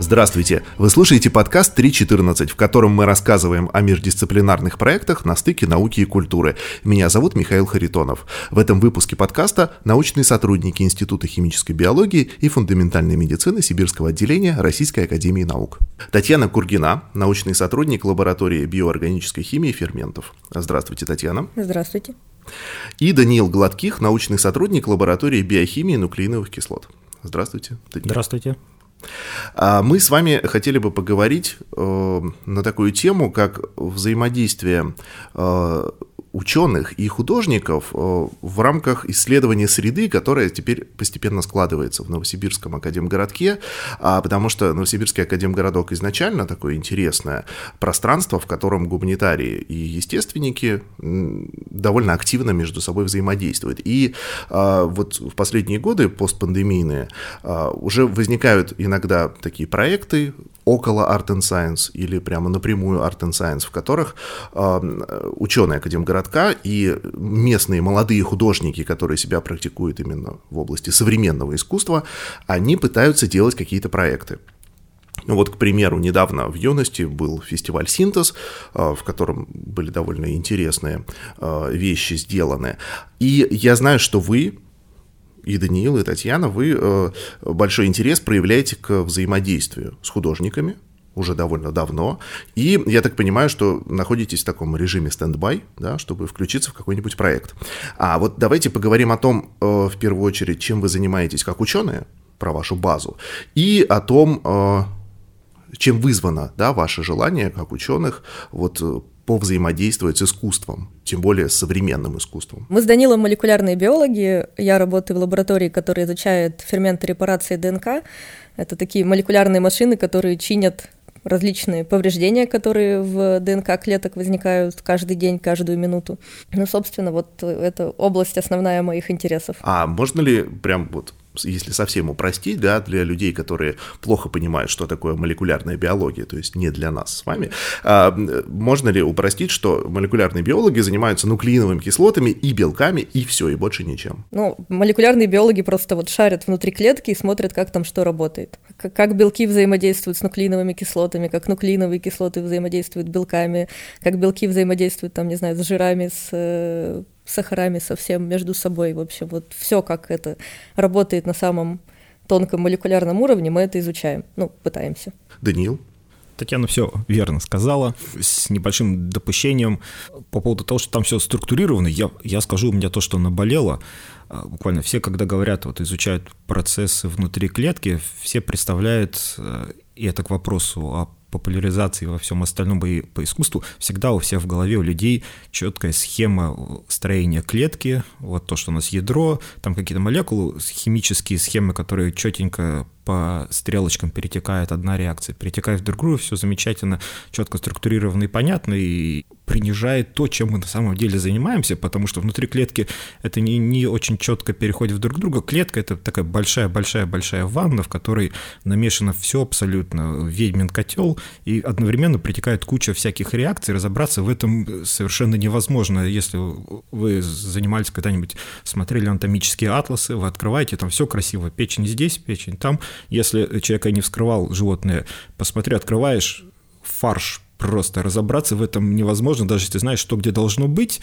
Здравствуйте! Вы слушаете подкаст 3.14, в котором мы рассказываем о междисциплинарных проектах на стыке науки и культуры. Меня зовут Михаил Харитонов. В этом выпуске подкаста научные сотрудники Института химической биологии и фундаментальной медицины Сибирского отделения Российской академии наук. Татьяна Кургина, научный сотрудник лаборатории биоорганической химии ферментов. Здравствуйте, Татьяна. Здравствуйте. И Даниил Гладких, научный сотрудник лаборатории биохимии нуклеиновых кислот. Здравствуйте, Даниил. Здравствуйте. Мы с вами хотели бы поговорить на такую тему, как взаимодействие ученых и художников в рамках исследования среды, которая теперь постепенно складывается в Новосибирском академгородке, потому что Новосибирский академгородок изначально такое интересное пространство, в котором гуманитарии и естественники довольно активно между собой взаимодействуют. И вот в последние годы, постпандемийные, уже возникают иногда такие проекты около Art and Science или прямо напрямую Art and Science, в которых ученые академгородка и местные молодые художники, которые себя практикуют именно в области современного искусства, они пытаются делать какие-то проекты. Вот, к примеру, недавно в юности был фестиваль «Синтез», в котором были довольно интересные вещи сделаны. И я знаю, что вы, и Даниил, и Татьяна, вы большой интерес проявляете к взаимодействию с художниками уже довольно давно, и я так понимаю, что находитесь в таком режиме стендбай, да, чтобы включиться в какой-нибудь проект. А вот давайте поговорим о том, в первую очередь, чем вы занимаетесь как ученые, про вашу базу, и о том, чем вызвано, да, ваше желание как ученых вот повзаимодействовать с искусством, тем более с современным искусством. Мы с Данилом молекулярные биологи. Я работаю в лаборатории, которая изучает ферменты репарации ДНК. Это такие молекулярные машины, которые чинят различные повреждения, которые в ДНК клеток возникают каждый день, каждую минуту. Ну, собственно, вот это область основная моих интересов. А можно ли прям вот, если совсем упростить, да, для людей, которые плохо понимают, что такое молекулярная биология, то есть не для нас с вами, можно ли упростить, что молекулярные биологи занимаются нуклеиновыми кислотами и белками, и все, и больше ничем? Ну, молекулярные биологи просто вот шарят внутри клетки и смотрят, как там что работает. Как белки взаимодействуют с нуклеиновыми кислотами, как нуклеиновые кислоты взаимодействуют с белками, как белки взаимодействуют, там, не знаю, с жирами, с сахарами совсем между собой. В общем, вот все, как это работает на самом тонком молекулярном уровне, мы это изучаем. Ну, пытаемся. Даниил? Татьяна все верно сказала, с небольшим допущением по поводу того, что там все структурировано. Я скажу, у меня то, что наболело. Буквально все, когда говорят, вот изучают процессы внутри клетки, все представляют, и это к вопросу о популяризации во всем остальном и по искусству, всегда у всех в голове, у людей четкая схема строения клетки, вот то, что у нас ядро, там какие-то молекулы, химические схемы, которые четенько по стрелочкам перетекает одна реакция, перетекает в другую, все замечательно, четко структурировано и понятно, и принижает то, чем мы на самом деле занимаемся, потому что внутри клетки это не очень четко переходит друг к другу. Клетка — это такая большая-большая-большая ванна, в которой намешано все абсолютно, ведьмин котел, и одновременно притекает куча всяких реакций. Разобраться в этом совершенно невозможно. Если вы занимались когда-нибудь, смотрели анатомические атласы, вы открываете, там все красиво, печень здесь, печень там. Если человека не вскрывал животное, посмотри, открываешь фарш, просто разобраться в этом невозможно, даже если знаешь, что где должно быть.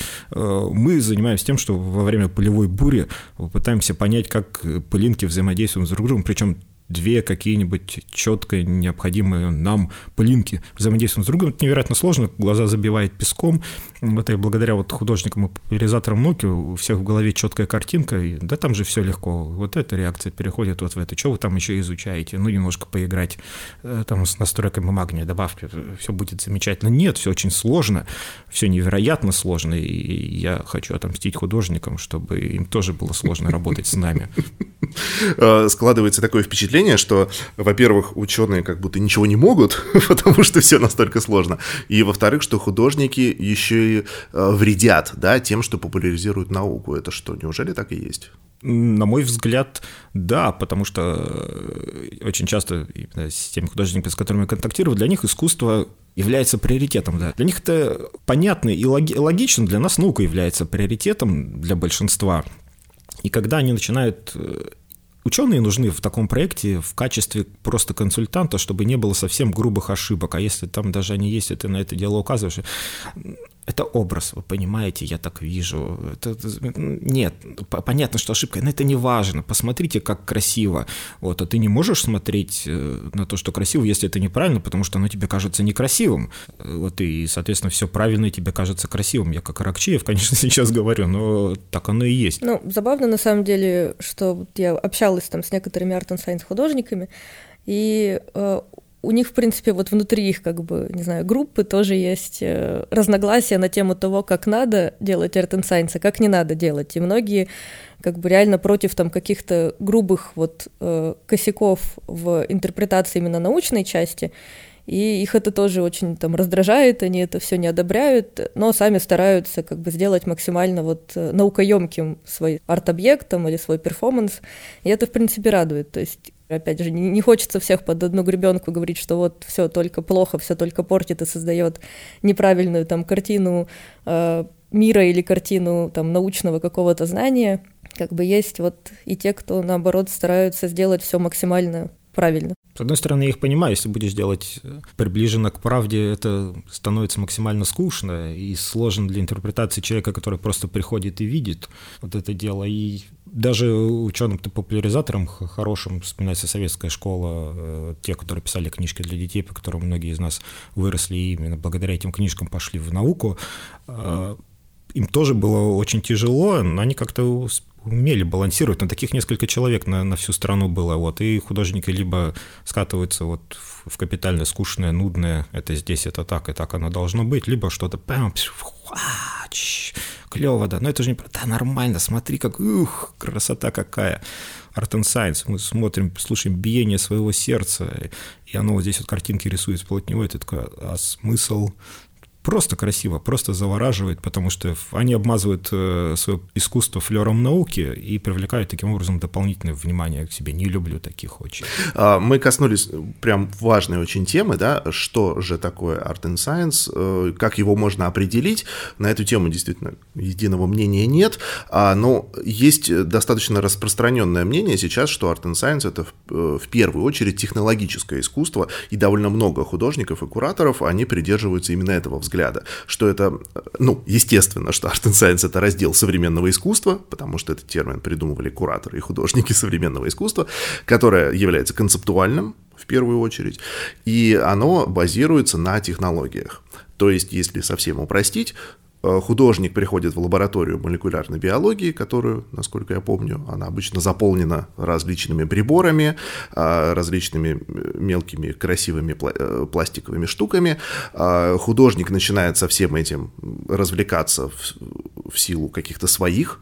Мы занимаемся тем, что во время полевой бури пытаемся понять, как пылинки взаимодействуют друг с другом, причем две какие-нибудь четко необходимые нам пылинки взаимодействуют с другом. Это невероятно сложно, глаза забивает песком. Это и благодаря вот художникам и популяризаторам науки у всех в голове четкая картинка, и да там же все легко, вот эта реакция переходит вот в это, что вы там еще изучаете, ну немножко поиграть там с настройками магния, добавки, все будет замечательно. Нет, все очень сложно, все невероятно сложно, и я хочу отомстить художникам, чтобы им тоже было сложно работать с нами. Складывается такое впечатление, что, во-первых, ученые как будто ничего не могут, потому что все настолько сложно, и, во-вторых, что художники еще и вредят, да, тем, что популяризируют науку. Это что, неужели так и есть? На мой взгляд, да, потому что очень часто с теми художниками, с которыми я контактирую, для них искусство является приоритетом. Да. Для них это понятно и логично, для нас наука является приоритетом для большинства. И когда они начинают Ученые нужны в таком проекте в качестве просто консультанта, чтобы не было совсем грубых ошибок. А если там даже они есть, и ты на это дело указываешь, это образ, вы понимаете, я так вижу. Нет, понятно, что ошибка, но это не важно. Посмотрите, как красиво. Вот, а ты не можешь смотреть на то, что красиво, если это неправильно, потому что оно тебе кажется некрасивым. Вот, и, соответственно, все правильное тебе кажется красивым. Я как Аракчеев, конечно, сейчас говорю, но так оно и есть. Ну, забавно, на самом деле, что я общалась там с некоторыми Art and Science художниками, и у них, в принципе, вот внутри их, как бы, не знаю, группы тоже есть разногласия на тему того, как надо делать Art and Science, а как не надо делать. И многие как бы реально против там каких-то грубых вот косяков в интерпретации именно научной части, и их это тоже очень там раздражает, они это все не одобряют, но сами стараются как бы сделать максимально вот наукоемким свой арт-объект там, или свой перформанс, и это, в принципе, радует. То есть опять же, не хочется всех под одну гребенку говорить, что вот все только плохо, все только портит и создает неправильную там картину мира или картину там научного какого-то знания. Как бы есть вот и те, кто, наоборот, стараются сделать все максимально правильно. С одной стороны, я их понимаю, если будешь делать приближенно к правде, это становится максимально скучно и сложно для интерпретации человека, который просто приходит и видит вот это дело. И даже ученым-популяризаторам хорошим вспоминается советская школа, те, которые писали книжки для детей, по которым многие из нас выросли, и именно благодаря этим книжкам пошли в науку. Им тоже было очень тяжело, но они как-то умели балансировать, но таких несколько человек на всю страну было, вот, и художники либо скатываются вот в капитально скучное, нудное, это здесь, это так, и так оно должно быть, либо что-то клево, да, но это же не... Да, нормально, смотри, как, красота какая. Art and Science, мы смотрим, слушаем биение своего сердца, и оно вот здесь вот картинки рисует вплоть него, это такое, а смысл... Просто красиво, просто завораживает, потому что они обмазывают свое искусство флером науки и привлекают таким образом дополнительное внимание к себе. Не люблю таких очень. Мы коснулись прям важной очень темы, да, что же такое Art and Science, как его можно определить. На эту тему действительно единого мнения нет, но есть достаточно распространенное мнение сейчас, что Art and Science — это в первую очередь технологическое искусство, и довольно много художников и кураторов, они придерживаются именно этого взгляда, что это, естественно, что Art and Science — это раздел современного искусства, потому что этот термин придумывали кураторы и художники современного искусства, которое является концептуальным, в первую очередь, и оно базируется на технологиях. То есть, если совсем упростить, художник приходит в лабораторию молекулярной биологии, которую, насколько я помню, она обычно заполнена различными приборами, различными мелкими красивыми пластиковыми штуками. Художник начинает со всем этим развлекаться в силу каких-то своих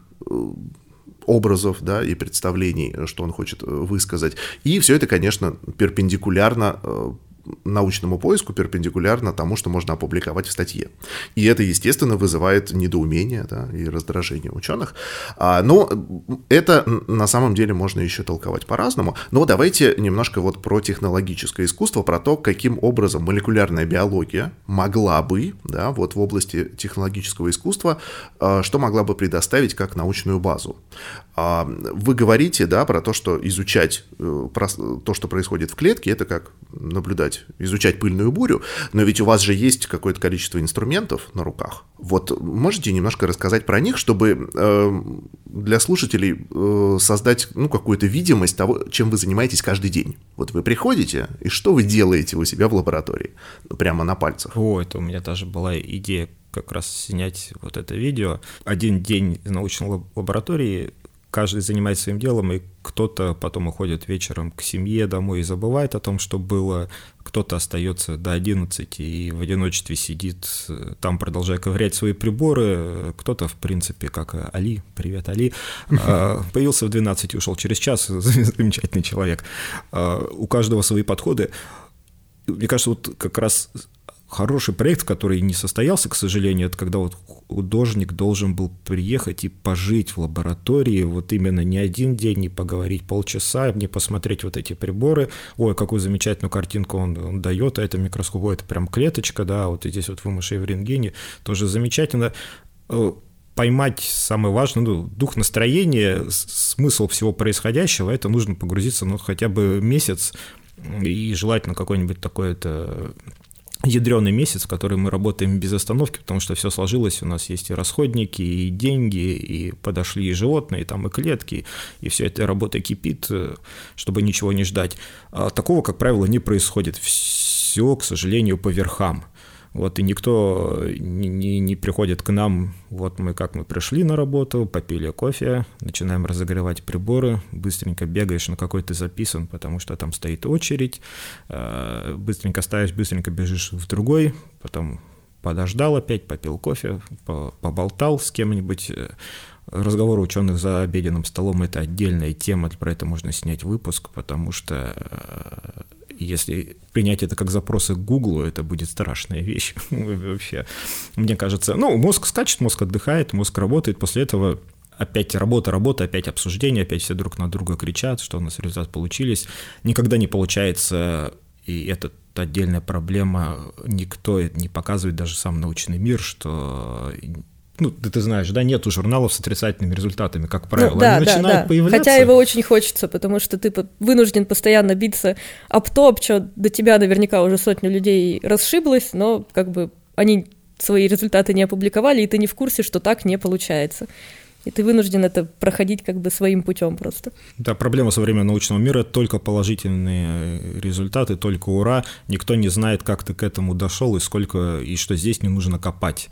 образов, да, и представлений, что он хочет высказать. И все это, конечно, перпендикулярно научному поиску, перпендикулярно тому, что можно опубликовать в статье. И это, естественно, вызывает недоумение, да, и раздражение ученых. Но это на самом деле можно еще толковать по-разному. Но давайте немножко вот про технологическое искусство, про то, каким образом молекулярная биология могла бы, да, вот в области технологического искусства, что могла бы предоставить как научную базу. Вы говорите, да, про то, что изучать то, что происходит в клетке, это как изучать пыльную бурю, но ведь у вас же есть какое-то количество инструментов на руках. Вот можете немножко рассказать про них, чтобы для слушателей создать какую-то видимость того, чем вы занимаетесь каждый день. Вот вы приходите, и что вы делаете у себя в лаборатории? Прямо на пальцах. Это у меня даже была идея как раз снять вот это видео. Один день в научной лаборатории, каждый занимается своим делом, и кто-то потом уходит вечером к семье домой и забывает о том, что было, кто-то остается до 11 и в одиночестве сидит там, продолжая ковырять свои приборы, кто-то, в принципе, как Али, привет, Али, появился в 12 и ушел через час, замечательный человек. У каждого свои подходы. Мне кажется, вот как раз хороший проект, который не состоялся, к сожалению, это когда вот художник должен был приехать и пожить в лаборатории, вот именно не один день, не поговорить полчаса, не посмотреть вот эти приборы, какую замечательную картинку он дает, а это микроскоп, это прям клеточка, да, вот здесь вот вымышленная в рентгене, тоже замечательно. поймать самое важное, дух настроения, смысл всего происходящего, это нужно погрузиться, хотя бы месяц, и желательно какой-нибудь такой-то ядреный месяц, в который мы работаем без остановки, потому что все сложилось, у нас есть и расходники, и деньги, и подошли и животные, и клетки, и все это работа кипит, чтобы ничего не ждать. А такого, как правило, не происходит. Все, к сожалению, по верхам. И никто не приходит к нам, мы пришли на работу, попили кофе, начинаем разогревать приборы, быстренько бегаешь, на какой ты записан, потому что там стоит очередь, быстренько ставишь, быстренько бежишь в другой, потом подождал опять, попил кофе, поболтал с кем-нибудь. Разговоры ученых за обеденным столом – это отдельная тема, про это можно снять выпуск, потому что если принять это как запросы к Гуглу, это будет страшная вещь вообще. Мне кажется, мозг скачет, мозг отдыхает, мозг работает, после этого опять работа, опять обсуждение, опять все друг на друга кричат, что у нас результаты получились. Никогда не получается, и это отдельная проблема, никто не показывает, даже сам научный мир, что... ты знаешь, нету журналов с отрицательными результатами, как правило. Они начинают появляться. Хотя его очень хочется, потому что ты вынужден постоянно биться об то, что до тебя наверняка уже сотню людей расшиблось, но они свои результаты не опубликовали, и ты не в курсе, что так не получается. И ты вынужден это проходить своим путем просто. Да, проблема современного научного мира – это только положительные результаты, только ура. Никто не знает, как ты к этому дошел, и что здесь не нужно копать.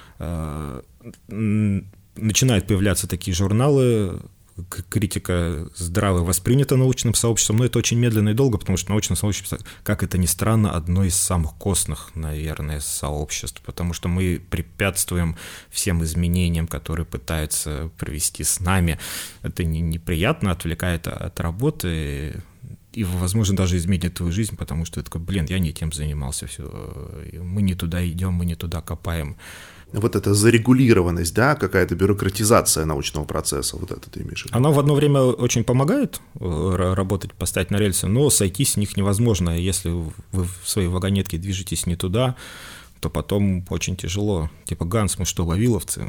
Начинают появляться такие журналы, критика здраво воспринята научным сообществом, но это очень медленно и долго, потому что научное сообщество, как это ни странно, одно из самых костных, наверное, сообществ, потому что мы препятствуем всем изменениям, которые пытаются провести с нами. Это неприятно, отвлекает от работы и, возможно, даже изменит твою жизнь, потому что ты такой, я не тем занимался, все, мы не туда идем, мы не туда копаем. Эта зарегулированность, какая-то бюрократизация научного процесса, это ты имеешь в виду? Она в одно время очень помогает работать, поставить на рельсы, но сойти с них невозможно. Если вы в своей вагонетке движетесь не туда, то потом очень тяжело. Ганс, мы что, вавиловцы?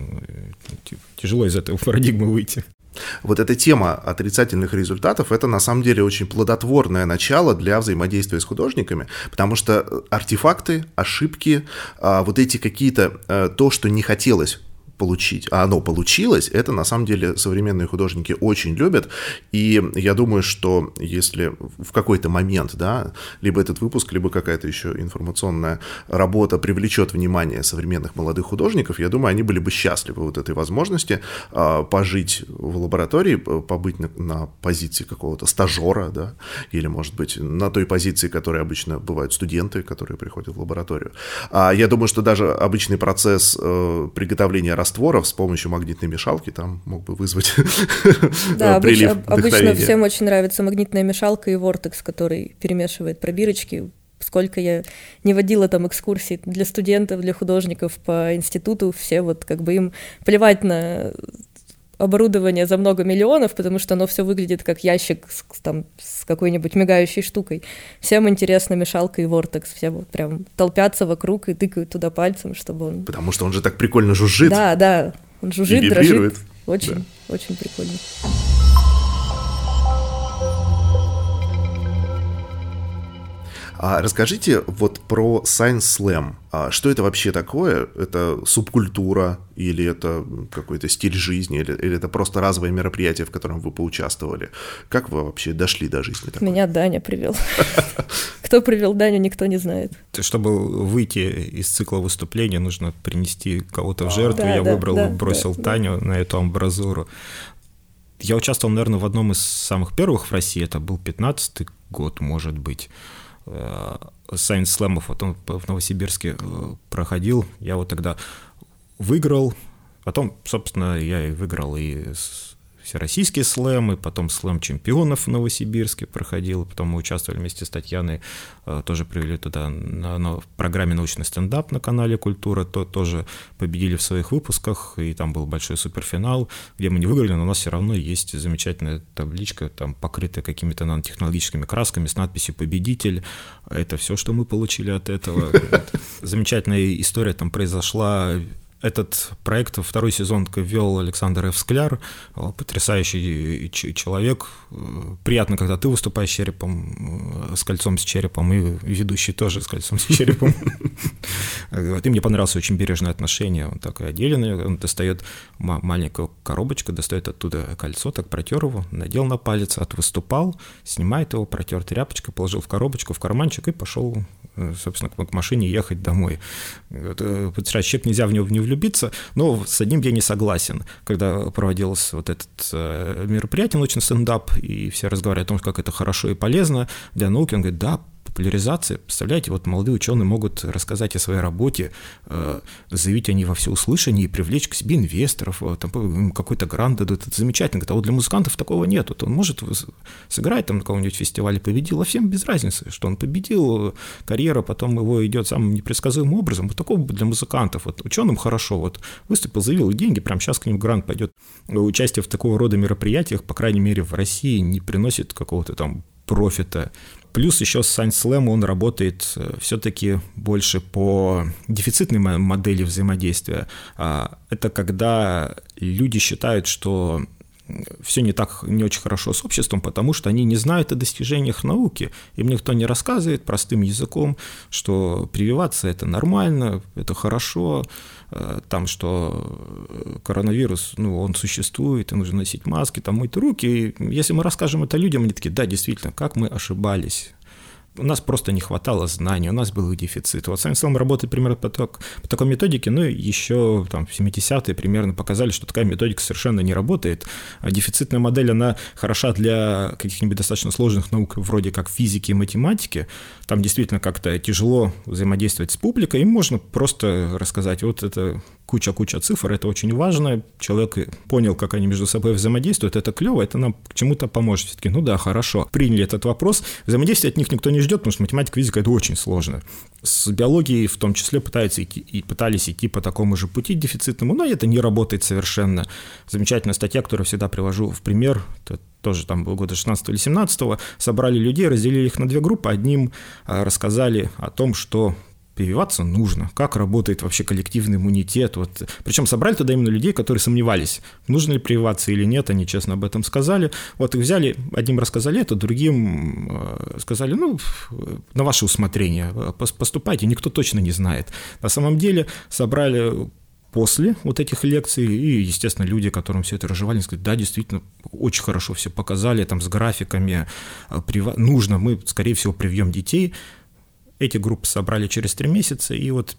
Тяжело из этой парадигмы выйти. Эта тема отрицательных результатов – это на самом деле очень плодотворное начало для взаимодействия с художниками, потому что артефакты, ошибки, эти какие-то, то, что не хотелось получить, а оно получилось, это на самом деле современные художники очень любят, и я думаю, что если в какой-то момент, либо этот выпуск, либо какая-то еще информационная работа привлечет внимание современных молодых художников, я думаю, они были бы счастливы этой возможности пожить в лаборатории, побыть на позиции какого-то стажера, или, может быть, на той позиции, которой обычно бывают студенты, которые приходят в лабораторию. Я думаю, что даже обычный процесс приготовления растворов с помощью магнитной мешалки там мог бы вызвать прилив вдохновения. Обычно всем очень нравится магнитная мешалка и вортекс, который перемешивает пробирочки. Сколько я не водила экскурсий для студентов, для художников по институту, все им плевать на оборудование за много миллионов, потому что оно все выглядит как ящик с какой-нибудь мигающей штукой. Всем интересна мешалка и вортекс. Все прям толпятся вокруг и тыкают туда пальцем, чтобы он... Потому что он же так прикольно жужжит. Да, он жужжит, дрожит. Очень прикольно. Расскажите про Science Slam. Что это вообще такое? Это субкультура или это какой-то стиль жизни, или это просто разовое мероприятие, в котором вы поучаствовали? Как вы вообще дошли до жизни такой? Меня Даня привел. Кто привел Даню, никто не знает. Чтобы выйти из цикла выступления, нужно принести кого-то в жертву. Я бросил Таню на эту амбразуру. Я участвовал, наверное, в одном из самых первых в России. Это был 15-й год, может быть. Science Slam потом в Новосибирске проходил, я тогда выиграл, потом, собственно, я и выиграл и всероссийские слэмы, потом слэм чемпионов в Новосибирске проходил, потом мы участвовали вместе с Татьяной, тоже привели туда на программе «Научный стендап» на канале «Культура», тоже победили в своих выпусках, и там был большой суперфинал, где мы не выиграли, но у нас все равно есть замечательная табличка, там покрытая какими-то нанотехнологическими красками с надписью «Победитель». Это все, что мы получили от этого. Замечательная история там произошла. Этот проект второй сезон вел Александр Ф. Скляр, потрясающий человек. Приятно, когда ты выступаешь с черепом, с кольцом с черепом, и ведущий тоже с кольцом с черепом. И мне понравилось очень бережное отношение. Он такой отделенный, он достает маленькую коробочку, достает оттуда кольцо, так протер его, надел на палец, отвыступал, снимает его, протер тряпочкой, положил в коробочку, в карманчик и пошел, собственно, к машине ехать домой. Потрясающий человек, нельзя в него не влюбиться, но с одним я не согласен. Когда проводилось вот это мероприятие, научный стендап, и все разговаривали о том, как это хорошо и полезно для науки, он говорит, да, популяризация. Представляете, вот молодые ученые могут рассказать о своей работе, заявить о ней во всеуслышание и привлечь к себе инвесторов, там какой-то грант дадут. Это замечательно. Говорит, а вот для музыкантов такого нет. Вот он может сыграть там на каком-нибудь фестивале, победил, а всем без разницы, что он победил, карьера потом его идет самым непредсказуемым образом. Вот такого для музыкантов. Вот ученым хорошо. Вот выступил, заявил деньги, прямо сейчас к ним грант пойдет. Участие в такого рода мероприятиях, по крайней мере, в России не приносит какого-то там профита. Плюс еще Science Slam, он работает все-таки больше по дефицитной модели взаимодействия. Это когда люди считают, что все не очень хорошо с обществом, потому что они не знают о достижениях науки. Им никто не рассказывает простым языком, что прививаться – это нормально, это хорошо, там, что коронавирус, он существует, и нужно носить маски, там, мыть руки. И если мы расскажем это людям, они такие, да, действительно, как мы ошибались. У нас просто не хватало знаний, у нас был их дефицит. Вот Science Slam работает примерно по такой методике, еще там, в 70-е примерно показали, что такая методика совершенно не работает. А дефицитная модель, она хороша для каких-нибудь достаточно сложных наук, вроде как физики и математики. Там действительно как-то тяжело взаимодействовать с публикой, им можно просто рассказать, вот это куча цифр, это очень важно, человек понял, как они между собой взаимодействуют, это клево, это нам к чему-то поможет. Все-таки, да, хорошо, приняли этот вопрос, взаимодействие от них никто не ждет, потому что математика, физика – это очень сложно. С биологией в том числе пытались идти по такому же пути дефицитному, но это не работает совершенно. Замечательная статья, которую всегда привожу в пример, это тоже там было года 16 или 17, собрали людей, разделили их на две группы, одним рассказали о том, что прививаться нужно, как работает вообще коллективный иммунитет. Причем собрали туда именно людей, которые сомневались, нужно ли прививаться или нет, они честно об этом сказали. Их взяли, одним рассказали это, другим сказали, на ваше усмотрение, поступайте, никто точно не знает. На самом деле собрали после вот этих лекций, и, естественно, люди, которым все это разжевали, сказали, да, действительно, очень хорошо все показали, там, с графиками, нужно, мы, скорее всего, привьем детей. Эти группы собрали через 3 месяца, и вот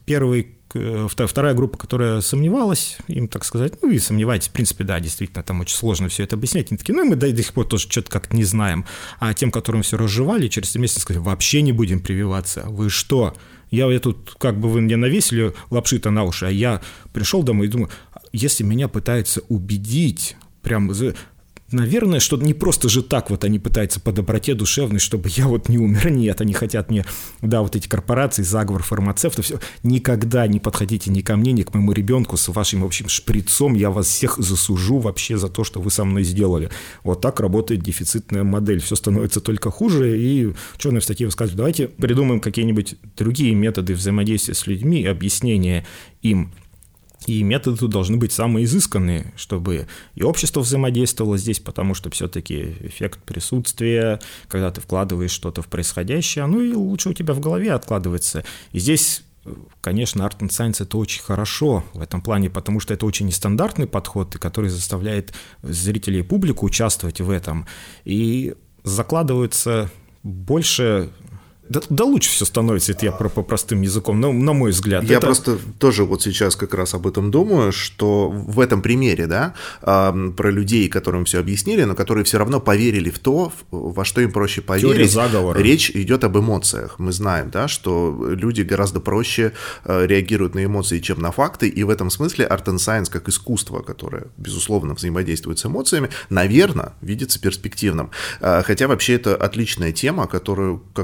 вторая группа, которая сомневалась, им, так сказать, и сомневайтесь, в принципе, да, действительно, там очень сложно все это объяснять, они такие, мы до сих пор тоже что-то как-то не знаем, а тем, которым все разжевали, через 3 месяца сказали, вообще не будем прививаться, вы что? Я тут, как бы вы мне навесили лапши-то на уши, а я пришел домой и думаю, если меня пытаются убедить, прям... Наверное, что не просто же так они пытаются по доброте душевной, чтобы я не умер. Нет, они хотят мне, вот эти корпорации, заговор фармацевтов, все. Никогда не подходите ни ко мне, ни к моему ребенку с вашим, в общем, шприцом. Я вас всех засужу вообще за то, что вы со мной сделали. Вот так работает дефицитная модель. Все становится только хуже, и ученые в статье высказывают, давайте придумаем какие-нибудь другие методы взаимодействия с людьми, объяснения им. И методы тут должны быть самые изысканные, чтобы и общество взаимодействовало здесь, потому что все-таки эффект присутствия, когда ты вкладываешь что-то в происходящее, и лучше у тебя в голове откладывается. И здесь, конечно, Art and Science – это очень хорошо в этом плане, потому что это очень нестандартный подход, который заставляет зрителей и публику участвовать в этом. И закладывается больше... Да лучше все становится, это я по простым языком, на мой взгляд. Я просто тоже сейчас как раз об этом думаю, что в этом примере, да, про людей, которым все объяснили, но которые все равно поверили в то, во что им проще поверить. Теория заговора. Речь идет об эмоциях. Мы знаем, да, что люди гораздо проще реагируют на эмоции, чем на факты, и в этом смысле Art and Science как искусство, которое, безусловно, взаимодействует с эмоциями, наверное, видится перспективным. Хотя вообще это отличная тема, которую как-то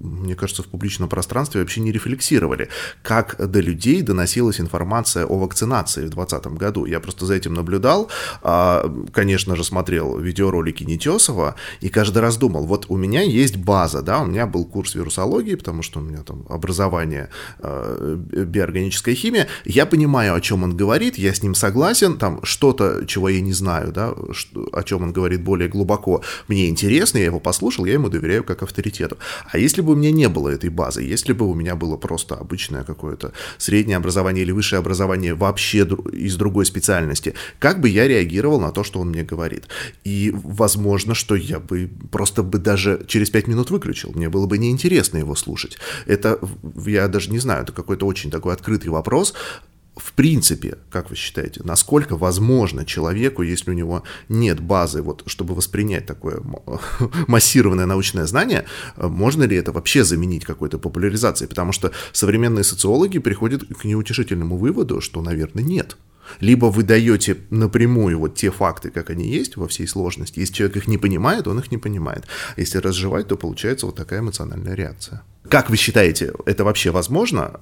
мне кажется, в публичном пространстве вообще не рефлексировали, как до людей доносилась информация о вакцинации в 2020 году. Я просто за этим наблюдал, конечно же, смотрел видеоролики Нетесова и каждый раз думал, вот у меня есть база, да, у меня был курс вирусологии, потому что у меня там образование биоорганическая химия, я понимаю, о чем он говорит, я с ним согласен, там что-то, чего я не знаю, да, о чем он говорит более глубоко, мне интересно, я его послушал, я ему доверяю как авторитету. А если бы у меня не было этой базы, если бы у меня было просто обычное какое-то среднее образование или высшее образование вообще из другой специальности, как бы я реагировал на то, что он мне говорит? И возможно, что я бы просто бы даже через 5 минут выключил, мне было бы неинтересно его слушать. Это, я даже не знаю, это какой-то очень такой открытый вопрос. В принципе, как вы считаете, насколько возможно человеку, если у него нет базы, вот, чтобы воспринять такое массированное научное знание, можно ли это вообще заменить какой-то популяризацией? Потому что современные социологи приходят к неутешительному выводу, что, наверное, нет. Либо вы даете напрямую вот те факты, как они есть, во всей сложности. Если человек их не понимает, он их не понимает. Если разжевать, то получается вот такая эмоциональная реакция. Как вы считаете, это вообще возможно,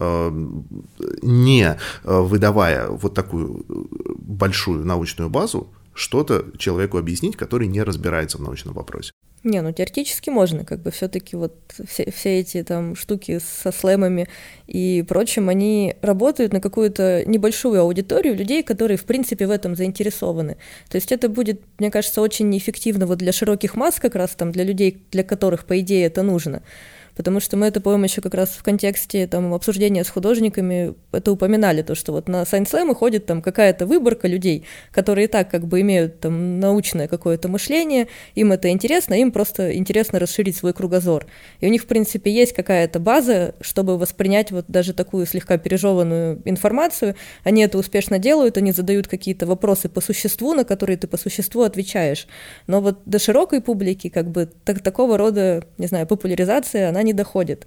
не выдавая вот такую большую научную базу, что-то человеку объяснить, который не разбирается в научном вопросе? Не, ну теоретически можно, как бы все-таки вот все эти там штуки со слэмами и прочим, они работают на какую-то небольшую аудиторию людей, которые в принципе в этом заинтересованы. То есть это будет, мне кажется, очень неэффективно вот для широких масс, как раз там для людей, для которых, по идее, это нужно. Потому что мы это, по-моему, еще как раз в контексте там, обсуждения с художниками это упоминали, то, что вот на сайнслэмы ходит там какая-то выборка людей, которые и так как бы имеют там научное какое-то мышление, им это интересно, им просто интересно расширить свой кругозор. И у них, в принципе, есть какая-то база, чтобы воспринять вот даже такую слегка пережеванную информацию. Они это успешно делают, они задают какие-то вопросы по существу, на которые ты по существу отвечаешь. Но вот до широкой публики как бы такого рода, не знаю, популяризация, она не доходит.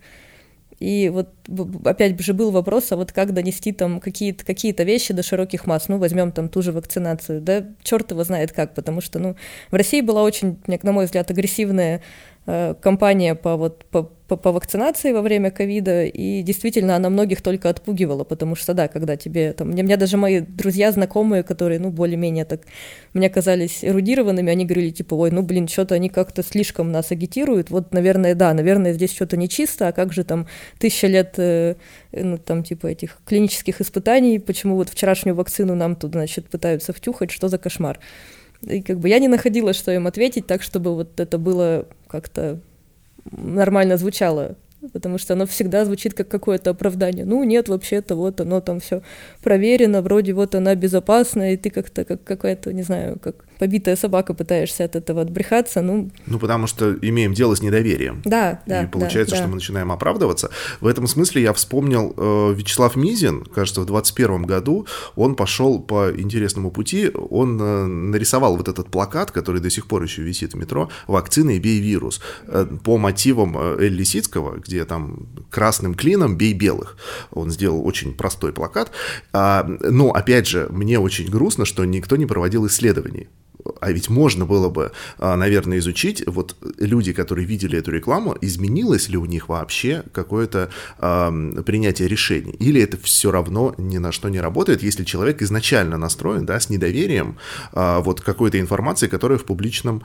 И вот опять же был вопрос, а вот как донести там какие-то вещи до широких масс, ну, возьмем там ту же вакцинацию, да, черт его знает как, потому что, ну, в России была очень, на мой взгляд, агрессивная кампания по вакцинации во время ковида, и действительно она многих только отпугивала, потому что, да, когда тебе там... Мне даже мои друзья, знакомые, которые, ну, более-менее так мне казались эрудированными, они говорили, типа, ой, ну, блин, что-то они как-то слишком нас агитируют, вот, наверное, да, наверное, здесь что-то нечисто, а как же там 1000 лет, ну, там, типа, этих клинических испытаний, почему вот вчерашнюю вакцину нам тут, значит, пытаются втюхать, что за кошмар? И как бы я не находила, что им ответить так, чтобы вот это было как-то нормально звучало, потому что оно всегда звучит как какое-то оправдание. Ну, нет, вообще-то вот оно там все проверено, вроде вот она безопасна, и ты как-то как какая-то, не знаю, как побитая собака пытаешься от этого отбрехаться. Ну, потому что имеем дело с недоверием. Да. И получается, что мы начинаем оправдываться. В этом смысле я вспомнил Вячеслав Мизин, кажется, в 2021 году он пошел по интересному пути, он нарисовал вот этот плакат, который до сих пор еще висит в метро, «Вакцина и бей вирус», по мотивам Эль Лисицкого, где там красным клином «бей белых». Он сделал очень простой плакат. Но, опять же, мне очень грустно, что никто не проводил исследований. А ведь можно было бы, наверное, изучить, вот люди, которые видели эту рекламу, изменилось ли у них вообще какое-то принятие решений, или это все равно ни на что не работает, если человек изначально настроен, да, с недоверием вот какой-то информации, которая в публичном,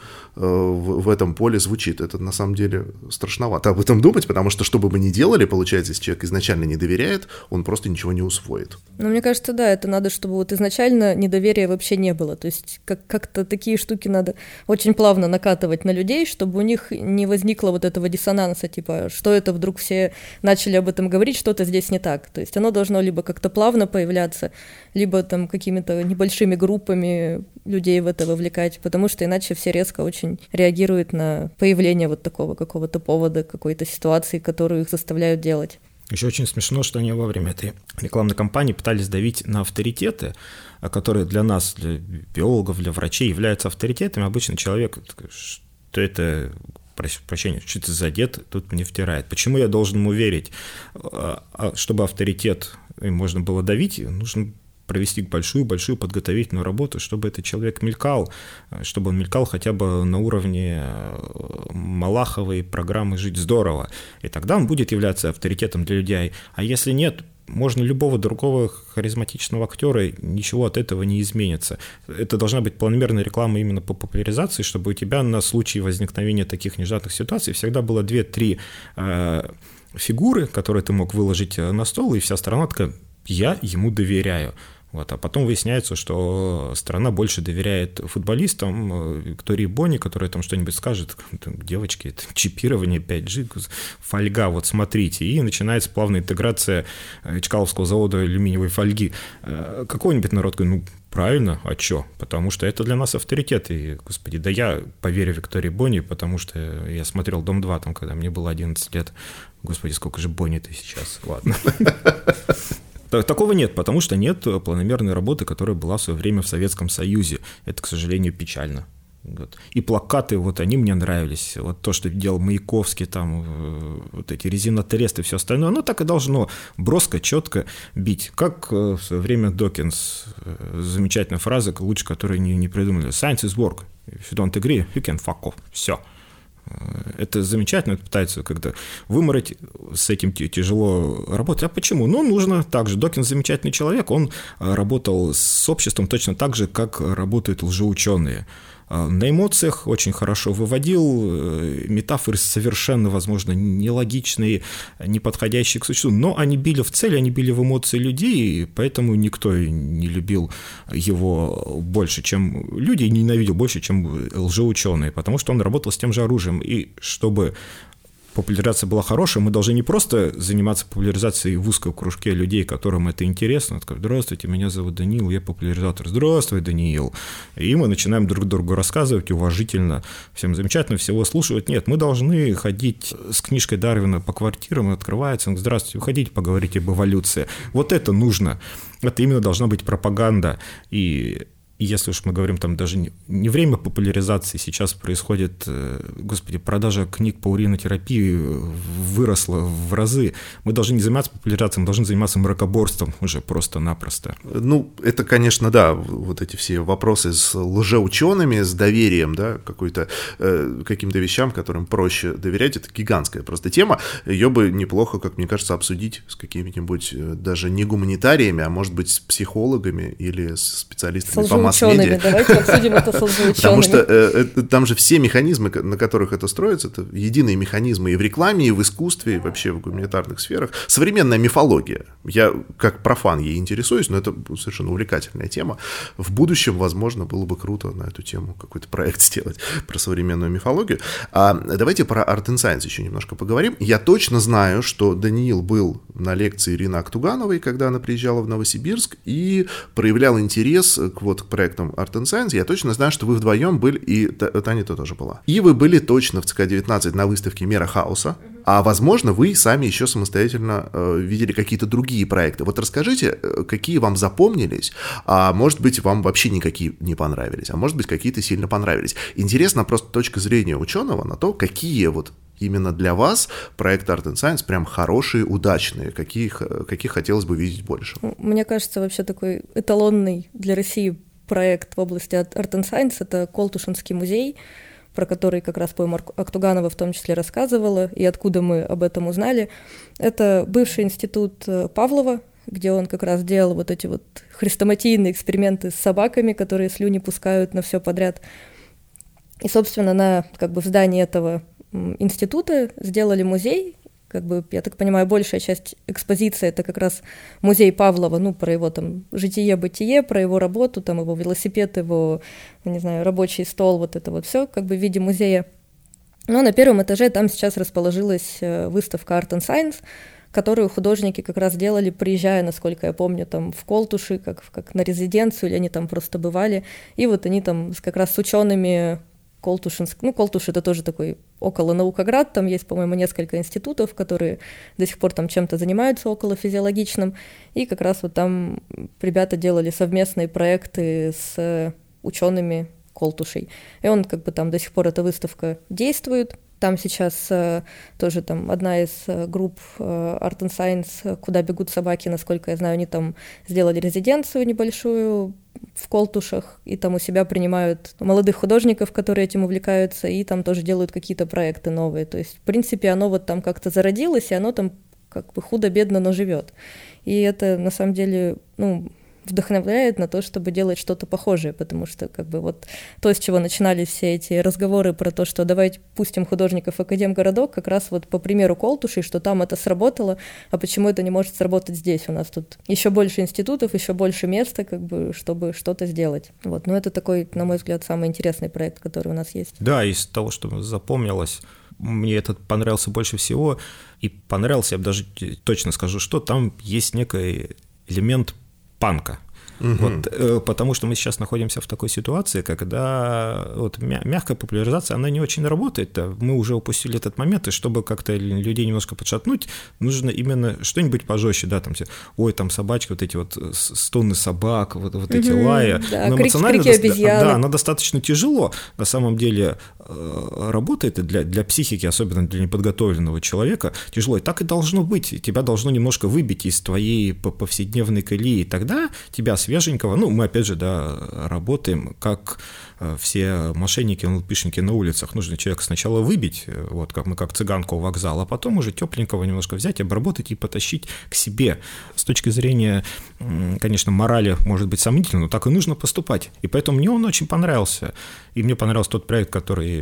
в этом поле звучит. Это на самом деле страшновато об этом думать, потому что, что бы мы ни делали, получается, если человек изначально не доверяет, он просто ничего не усвоит. Ну, мне кажется, да, это надо, чтобы вот изначально недоверия вообще не было, то есть как-то такие штуки надо очень плавно накатывать на людей, чтобы у них не возникло вот этого диссонанса, типа, что это вдруг все начали об этом говорить, что-то здесь не так. То есть оно должно либо как-то плавно появляться, либо там какими-то небольшими группами людей в это вовлекать, потому что иначе все резко очень реагируют на появление вот такого какого-то повода, какой-то ситуации, которую их заставляют делать. Еще очень смешно, что они во время этой рекламной кампании пытались давить на авторитеты, которые для нас, для биологов, для врачей являются авторитетами. Обычно человек, что это, прощение, что это за дед, тут мне втирает. Почему я должен ему верить? Чтобы авторитет им можно было давить, нужно провести большую-большую подготовительную работу, чтобы этот человек мелькал, чтобы он мелькал хотя бы на уровне Малаховой программы «Жить здорово». И тогда он будет являться авторитетом для людей. А если нет, можно любого другого харизматичного актера, ничего от этого не изменится. Это должна быть планомерная реклама именно по популяризации, чтобы у тебя на случай возникновения таких нежданных ситуаций всегда было 2-3 фигуры, которые ты мог выложить на стол, и вся страна такая: я ему доверяю. Вот, а потом выясняется, что страна больше доверяет футболистам, Виктории Бони, которая там что-нибудь скажет: девочки, это чипирование 5G, фольга, вот смотрите, и начинается плавная интеграция Чкаловского завода алюминиевой фольги. Какой-нибудь народ говорит: ну, правильно, а чё? Потому что это для нас авторитет. И, господи, да я поверю Виктории Бони, потому что я смотрел «Дом-2», там, когда мне было 11 лет. Господи, сколько же Бони-то сейчас, ладно. Такого нет, потому что нет планомерной работы, которая была в свое время в Советском Союзе. Это, к сожалению, печально. Вот. И плакаты, вот они мне нравились. Вот то, что делал Маяковский, там вот эти резинотресты и все остальное, оно так и должно броско, четко бить. Как в свое время Докинс, замечательная фраза, лучше которой не придумали. Science is work. If you don't agree, you can fuck off. Все. Это замечательно, это пытаются когда вымороть, с этим тяжело работать. А почему? Ну, нужно так же. Докинс замечательный человек, он работал с обществом точно так же, как работают лжеученые. На эмоциях очень хорошо выводил, метафоры совершенно, возможно, нелогичные, не подходящие к существу, но они били в цель, они били в эмоции людей, и поэтому никто не любил его больше, чем люди, и ненавидел больше, чем лжеученые, потому что он работал с тем же оружием, и чтобы популяризация была хорошая, мы должны не просто заниматься популяризацией в узком кружке людей, которым это интересно. Здравствуйте, меня зовут Даниил, я популяризатор. Здравствуй, Даниил. И мы начинаем друг другу рассказывать уважительно, всем замечательно, всего слушать. Нет, мы должны ходить с книжкой Дарвина по квартирам, открывается, здравствуйте, уходите, поговорите об эволюции. Вот это нужно. Это именно должна быть пропаганда. И если уж мы говорим, там даже не время популяризации, сейчас происходит, господи, продажа книг по уринотерапии выросла в разы. Мы должны не заниматься популяризацией, мы должны заниматься мракоборством уже просто-напросто. Ну, это, конечно, да, вот эти все вопросы с лжеучеными, с доверием, да, каким-то вещам, которым проще доверять, это гигантская просто тема. Ее бы неплохо, как мне кажется, обсудить с какими-нибудь даже не гуманитариями, а может быть с психологами или с специалистами по масс-медиа. Давайте обсудим это с лжеучеными. Потому что там же все механизмы, на которых это строится, это единые механизмы и в рекламе, и в искусстве, и вообще в гуманитарных сферах. Современная мифология. Я как профан ей интересуюсь, но это совершенно увлекательная тема. В будущем, возможно, было бы круто на эту тему какой-то проект сделать про современную мифологию. А давайте про Art and Science еще немножко поговорим. Я точно знаю, что Даниил был на лекции Ирины Актугановой, когда она приезжала в Новосибирск, и проявлял интерес к проектам Art and Science. Я точно знаю, что вы вдвоем были, и Таня-то тоже была. И вы были точно в ЦК-19 на выставке «Мера хаоса», а, возможно, вы сами еще самостоятельно видели какие-то другие проекты. Вот расскажите, какие вам запомнились, а может быть, вам вообще никакие не понравились, а может быть, какие-то сильно понравились. Интересна просто точка зрения ученого на то, какие вот именно для вас проекты Art and Science прям хорошие, удачные, каких хотелось бы видеть больше. Мне кажется, вообще такой эталонный для России проект в области Art and Science — это Колтушинский музей, про который как раз по-моему Актуганова в том числе рассказывала, и откуда мы об этом узнали. Это бывший институт Павлова, где он как раз делал вот эти вот хрестоматийные эксперименты с собаками, которые слюни пускают на все подряд. И, собственно, в здании этого института сделали музей. Я так понимаю, большая часть экспозиции — это как раз музей Павлова, про его там житие-бытие, про его работу, там его велосипед, его, не знаю, рабочий стол, вот это вот все в виде музея. Но на первом этаже там сейчас расположилась выставка Art and Science, которую художники как раз делали, приезжая, насколько я помню, там в Колтуши, как на резиденцию, или они там просто бывали, и вот они там как раз с учеными Колтушинск, Колтуш — это тоже такой около наукоград, там есть, по-моему, несколько институтов, которые до сих пор там чем-то занимаются около физиологичным, и как раз вот там ребята делали совместные проекты с учеными Колтушей. И он там до сих пор эта выставка действует. Там сейчас тоже там одна из групп Art and Science, куда бегут собаки, насколько я знаю, они там сделали резиденцию небольшую в Колтушах, и там у себя принимают молодых художников, которые этим увлекаются, и там тоже делают какие-то проекты новые. То есть, в принципе, оно вот там как-то зародилось, и оно там как бы худо-бедно, но живет. И это, на самом деле, вдохновляет на то, чтобы делать что-то похожее, потому что как бы вот то, с чего начинались все эти разговоры про то, что давайте пустим художников в Академгородок, как раз вот по примеру Колтушей, что там это сработало, а почему это не может сработать здесь? У нас тут еще больше институтов, еще больше места, как бы, чтобы что-то сделать. Вот. Но это такой, на мой взгляд, самый интересный проект, который у нас есть. Да, из того, что запомнилось, мне этот понравился больше всего, и понравился, я даже точно скажу, что там есть некий элемент панка. Вот, потому что мы сейчас находимся в такой ситуации, когда вот мягкая популяризация, она не очень работает. Мы уже упустили этот момент, и чтобы как-то людей немножко подшатнуть, нужно именно что-нибудь пожестче, да, там все, ой, там собачки, вот эти вот стоны собак, вот эти лая. Да, крики обезьян. Да, оно достаточно тяжело, на самом деле работает, и для психики, особенно для неподготовленного человека, тяжело. И так и должно быть. Тебя должно немножко выбить из твоей повседневной колеи, и тогда тебя свеженького, мы опять же, да, работаем, как все мошенники, НЛПшники на улицах, нужно человека сначала выбить, вот как мы как цыганку у вокзала, а потом уже тепленького немножко взять, обработать и потащить к себе. С точки зрения, конечно, морали может быть сомнительно, но так и нужно поступать. И поэтому мне он очень понравился. И мне понравился тот проект, который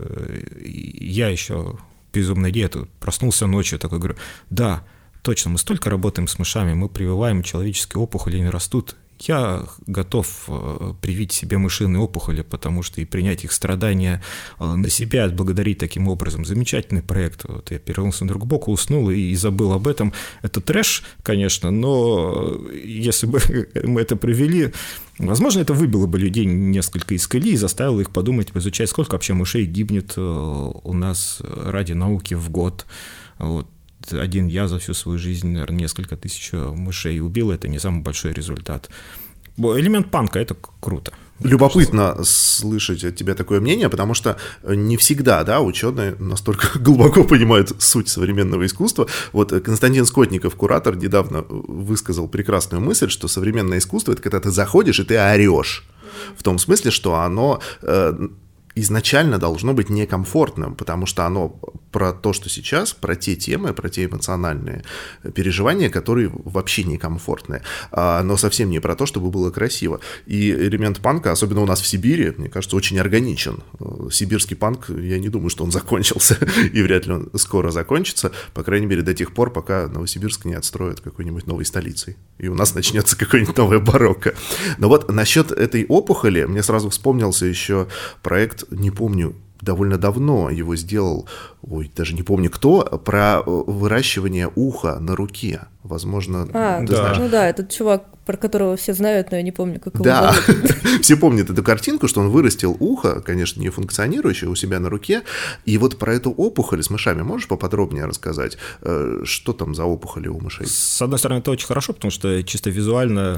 я еще безумная идея, проснулся ночью, такой говорю, да, точно, мы столько работаем с мышами, мы прививаем человеческие опухоли, они растут. Я готов привить себе мышиные опухоли, потому что и принять их страдания на себя, отблагодарить таким образом. Замечательный проект. Вот я перевернулся на другой бок, уснул и забыл об этом. Это трэш, конечно, но если бы мы это провели, возможно, это выбило бы людей несколько из колеи и заставило их подумать, изучать, сколько вообще мышей гибнет у нас ради науки в год. Вот. Один я за всю свою жизнь, наверное, несколько тысяч мышей убил, это не самый большой результат. Элемент панка – это круто. Любопытно слышать от тебя такое мнение, потому что не всегда, да, ученые настолько глубоко понимают суть современного искусства. Вот Константин Скотников, куратор, недавно высказал прекрасную мысль, что современное искусство – это когда ты заходишь и ты орешь. В том смысле, что оно изначально должно быть некомфортным, потому что оно про то, что сейчас, про те темы, про те эмоциональные переживания, которые вообще некомфортные, но совсем не про то, чтобы было красиво. И элемент панка, особенно у нас в Сибири, мне кажется, очень органичен. Сибирский панк, я не думаю, что он закончился, и вряд ли он скоро закончится, по крайней мере, до тех пор, пока Новосибирск не отстроят какой-нибудь новой столицей, и у нас начнется какое-нибудь новое барокко. Но вот насчет этой опухоли мне сразу вспомнился еще проект, не помню, довольно давно его сделал, даже не помню кто, про выращивание уха на руке. Возможно, ты знаешь. Ну да, этот чувак, про которого все знают, но я не помню, как его зовут. Все помнят эту картинку, что он вырастил ухо, конечно, не функционирующее, у себя на руке. И вот про эту опухоль с мышами можешь поподробнее рассказать? Что там за опухоли у мышей? С одной стороны, это очень хорошо, потому что чисто визуально,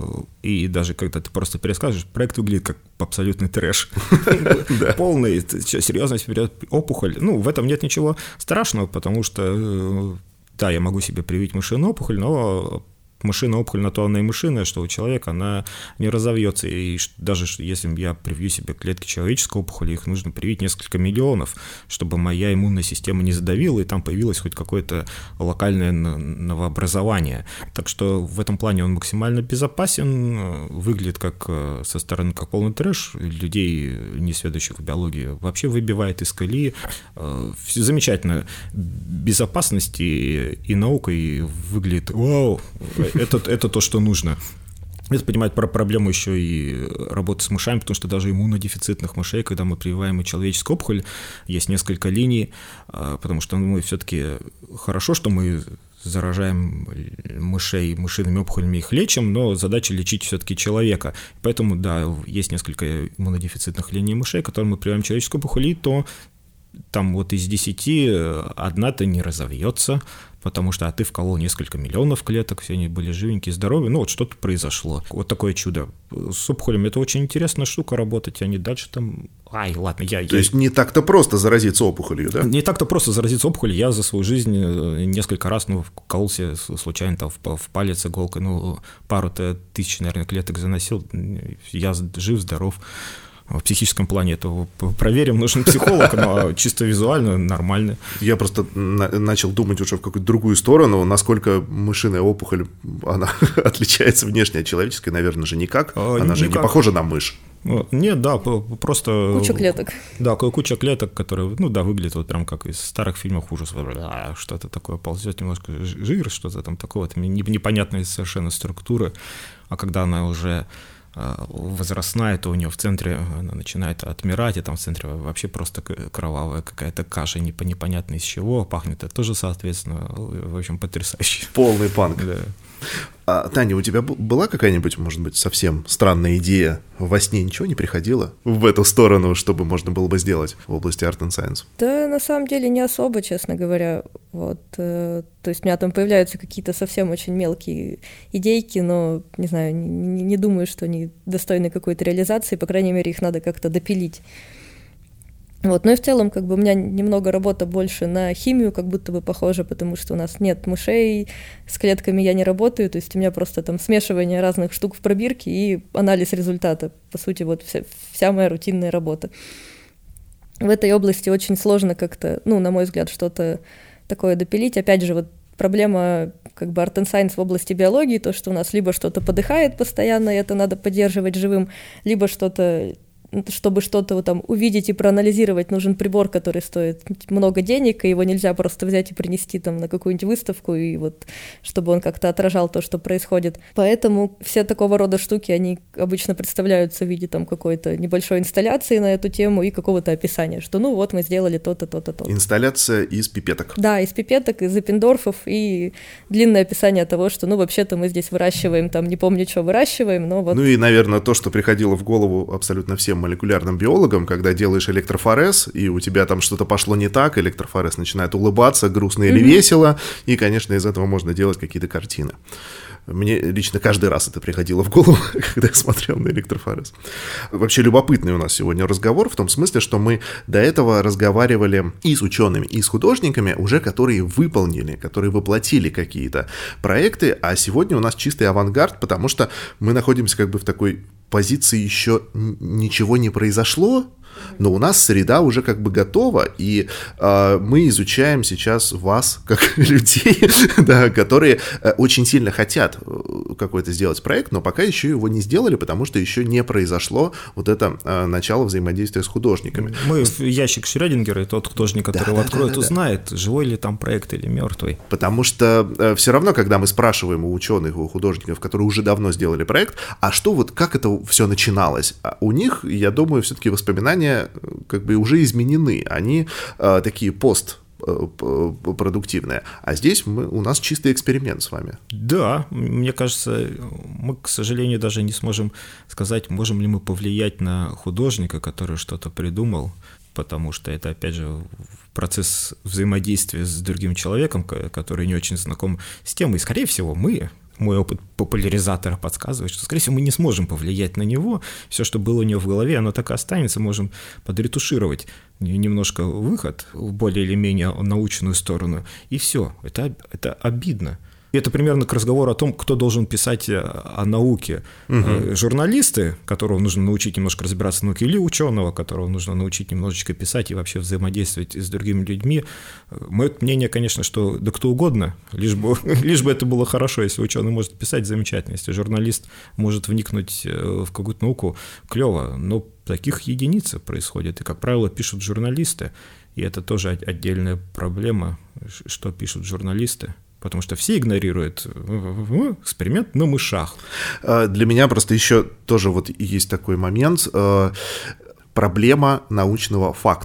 и даже когда ты просто перескажешь, проект выглядит как абсолютный трэш. Полный, серьезность вперед, опухоль. В этом нет ничего страшного, потому что, да, я могу себе привить мышиную опухоль, но мышиная опухоль на то она и мышиная, что у человека она не разовьется. И даже если я привью себе клетки человеческой опухоли, их нужно привить несколько миллионов, чтобы моя иммунная система не задавила, и там появилось хоть какое-то локальное новообразование. Так что в этом плане он максимально безопасен, выглядит как со стороны как полный трэш, людей, не сведущих в биологии, вообще выбивает из колеи. Все замечательно. Безопасность и наука, и выглядит вау. Это то, что нужно. Это понимать про проблему еще и работы с мышами, потому что даже иммунодефицитных мышей, когда мы прививаем человеческую опухоль, есть несколько линий, потому что мы все-таки хорошо, что мы заражаем мышей мышиными опухолями, их лечим, но задача лечить все-таки человека. Поэтому, да, есть несколько иммунодефицитных линий мышей, которым мы прививаем человеческую опухоль, и то там вот из 10 одна-то не разовьется, потому что ты вколол несколько миллионов клеток, все они были живенькие, здоровые, вот что-то произошло. Вот такое чудо. С опухолями это очень интересная штука работать, они дальше там ладно, То есть не так-то просто заразиться опухолью, да? Не так-то просто заразиться опухолью. Я за свою жизнь несколько раз, кололся случайно там в палец иголкой, пару-то тысяч, наверное, клеток заносил. Я жив, здоров. В психическом плане это проверим, нужен психолог, но чисто визуально нормально. Я просто начал думать уже в какую-то другую сторону, насколько мышиная опухоль, она отличается внешне от человеческой, наверное же никак, она же не похожа на мышь. Нет, да, просто... Куча клеток. Да, куча клеток, которые, выглядят вот прям как из старых фильмов ужасов. Что-то такое ползет, немножко жир, что-то там такое, вот, непонятная совершенно структура, а когда она уже возрастная, то у нее в центре она начинает отмирать, и там в центре вообще просто кровавая какая-то каша, непонятно из чего, пахнет это тоже, соответственно, в общем, потрясающе. Полный панк. Да. Таня, у тебя была какая-нибудь, может быть, совсем странная идея? Во сне ничего не приходило в эту сторону, чтобы можно было бы сделать в области Art and Science? Да, на самом деле не особо, честно говоря. То есть у меня там появляются какие-то совсем очень мелкие идейки, но, не знаю, не думаю, что они достойны какой-то реализации, по крайней мере, их надо как-то допилить. Ну и в целом, у меня немного работа больше на химию, как будто бы похожа, потому что у нас нет мышей, с клетками я не работаю, то есть у меня просто там смешивание разных штук в пробирке и анализ результата. По сути, вот вся моя рутинная работа. В этой области очень сложно как-то, на мой взгляд, что-то такое допилить. Опять же, проблема Art and Science в области биологии, то, что у нас либо что-то подыхает постоянно, и это надо поддерживать живым, либо чтобы что-то там увидеть и проанализировать, нужен прибор, который стоит много денег, и его нельзя просто взять и принести там на какую-нибудь выставку, и чтобы он как-то отражал то, что происходит. Поэтому все такого рода штуки, они обычно представляются в виде там какой-то небольшой инсталляции на эту тему и какого-то описания, что мы сделали то-то, то-то, то-то. Инсталляция из пипеток. Да, из пипеток, из эппендорфов, и длинное описание того, что, вообще-то мы здесь выращиваем, там, не помню, что выращиваем, но вот... и, наверное, то, что приходило в голову абсолютно всем молекулярным биологам, когда делаешь электрофорез, и у тебя там что-то пошло не так, электрофорез начинает улыбаться, грустно или весело, и, конечно, из этого можно делать какие-то картины. Мне лично каждый раз это приходило в голову, когда я смотрел на электрофорез. Вообще любопытный у нас сегодня разговор, в том смысле, что мы до этого разговаривали и с учеными, и с художниками, уже которые выполнили, которые воплотили какие-то проекты, а сегодня у нас чистый авангард, потому что мы находимся в такой позиции еще ничего не произошло, но у нас среда уже готова, и мы изучаем сейчас вас, как людей, да, которые очень сильно хотят какой-то сделать проект, но пока еще его не сделали, потому что еще не произошло это начало взаимодействия с художниками. Мы в ящик Шрёдингера, и тот художник, который его откроет, узнает, живой ли там проект или мертвый. Потому что все равно, когда мы спрашиваем у ученых, у художников, которые уже давно сделали проект, а что как это все начиналось, у них, я думаю, все-таки воспоминания уже изменены, они такие постпродуктивные, а здесь у нас чистый эксперимент с вами. Да, мне кажется, мы, к сожалению, даже не сможем сказать, можем ли мы повлиять на художника, который что-то придумал, потому что это, опять же, процесс взаимодействия с другим человеком, который не очень знаком с темой, и, скорее всего, мой опыт популяризатора подсказывает, что, скорее всего, мы не сможем повлиять на него. Все, что было у него в голове, оно так и останется. Можем подретушировать немножко выход в более или менее научную сторону. И все. Это обидно. И это примерно к разговору о том, кто должен писать о науке. Журналисты, которого нужно научить немножко разбираться в науке, или ученого, которого нужно научить немножечко писать и вообще взаимодействовать с другими людьми. Мое мнение, конечно, что да кто угодно, лишь бы это было хорошо. Если ученый может писать, замечательно. Если журналист может вникнуть в какую-то науку, клево. Но таких единиц происходит. И, как правило, пишут журналисты. И это тоже отдельная проблема, что пишут журналисты. Потому что все игнорируют эксперимент на мышах. Для меня просто еще тоже есть такой момент. Проблема научного факта.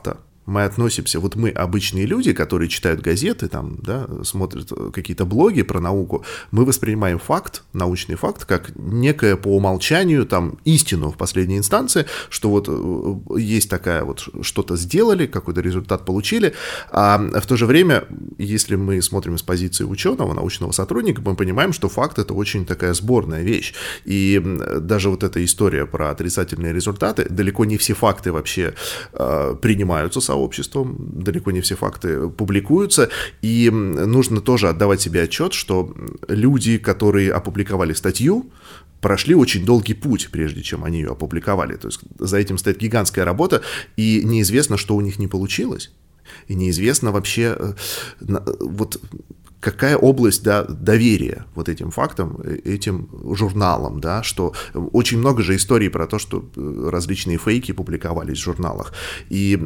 мы относимся, вот мы обычные люди, которые читают газеты, там, да, смотрят какие-то блоги про науку, мы воспринимаем факт, научный факт, как некое по умолчанию там истину в последней инстанции, что вот есть такая вот, что-то сделали, какой-то результат получили, а в то же время, если мы смотрим с позиции ученого, научного сотрудника, мы понимаем, что факт — это очень такая сборная вещь, и даже вот эта история про отрицательные результаты, далеко не все факты вообще принимаются сообществом, далеко не все факты публикуются, и нужно тоже отдавать себе отчет, что люди, которые опубликовали статью, прошли очень долгий путь, прежде чем они ее опубликовали. То есть за этим стоит гигантская работа, и неизвестно, что у них не получилось, и неизвестно вообще, вот какая область, да, доверия вот этим фактам, этим журналам, да, что очень много же историй про то, что различные фейки публиковались в журналах, и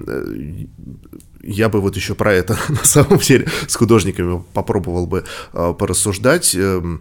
я бы вот еще про это на самом деле с художниками попробовал бы порассуждать,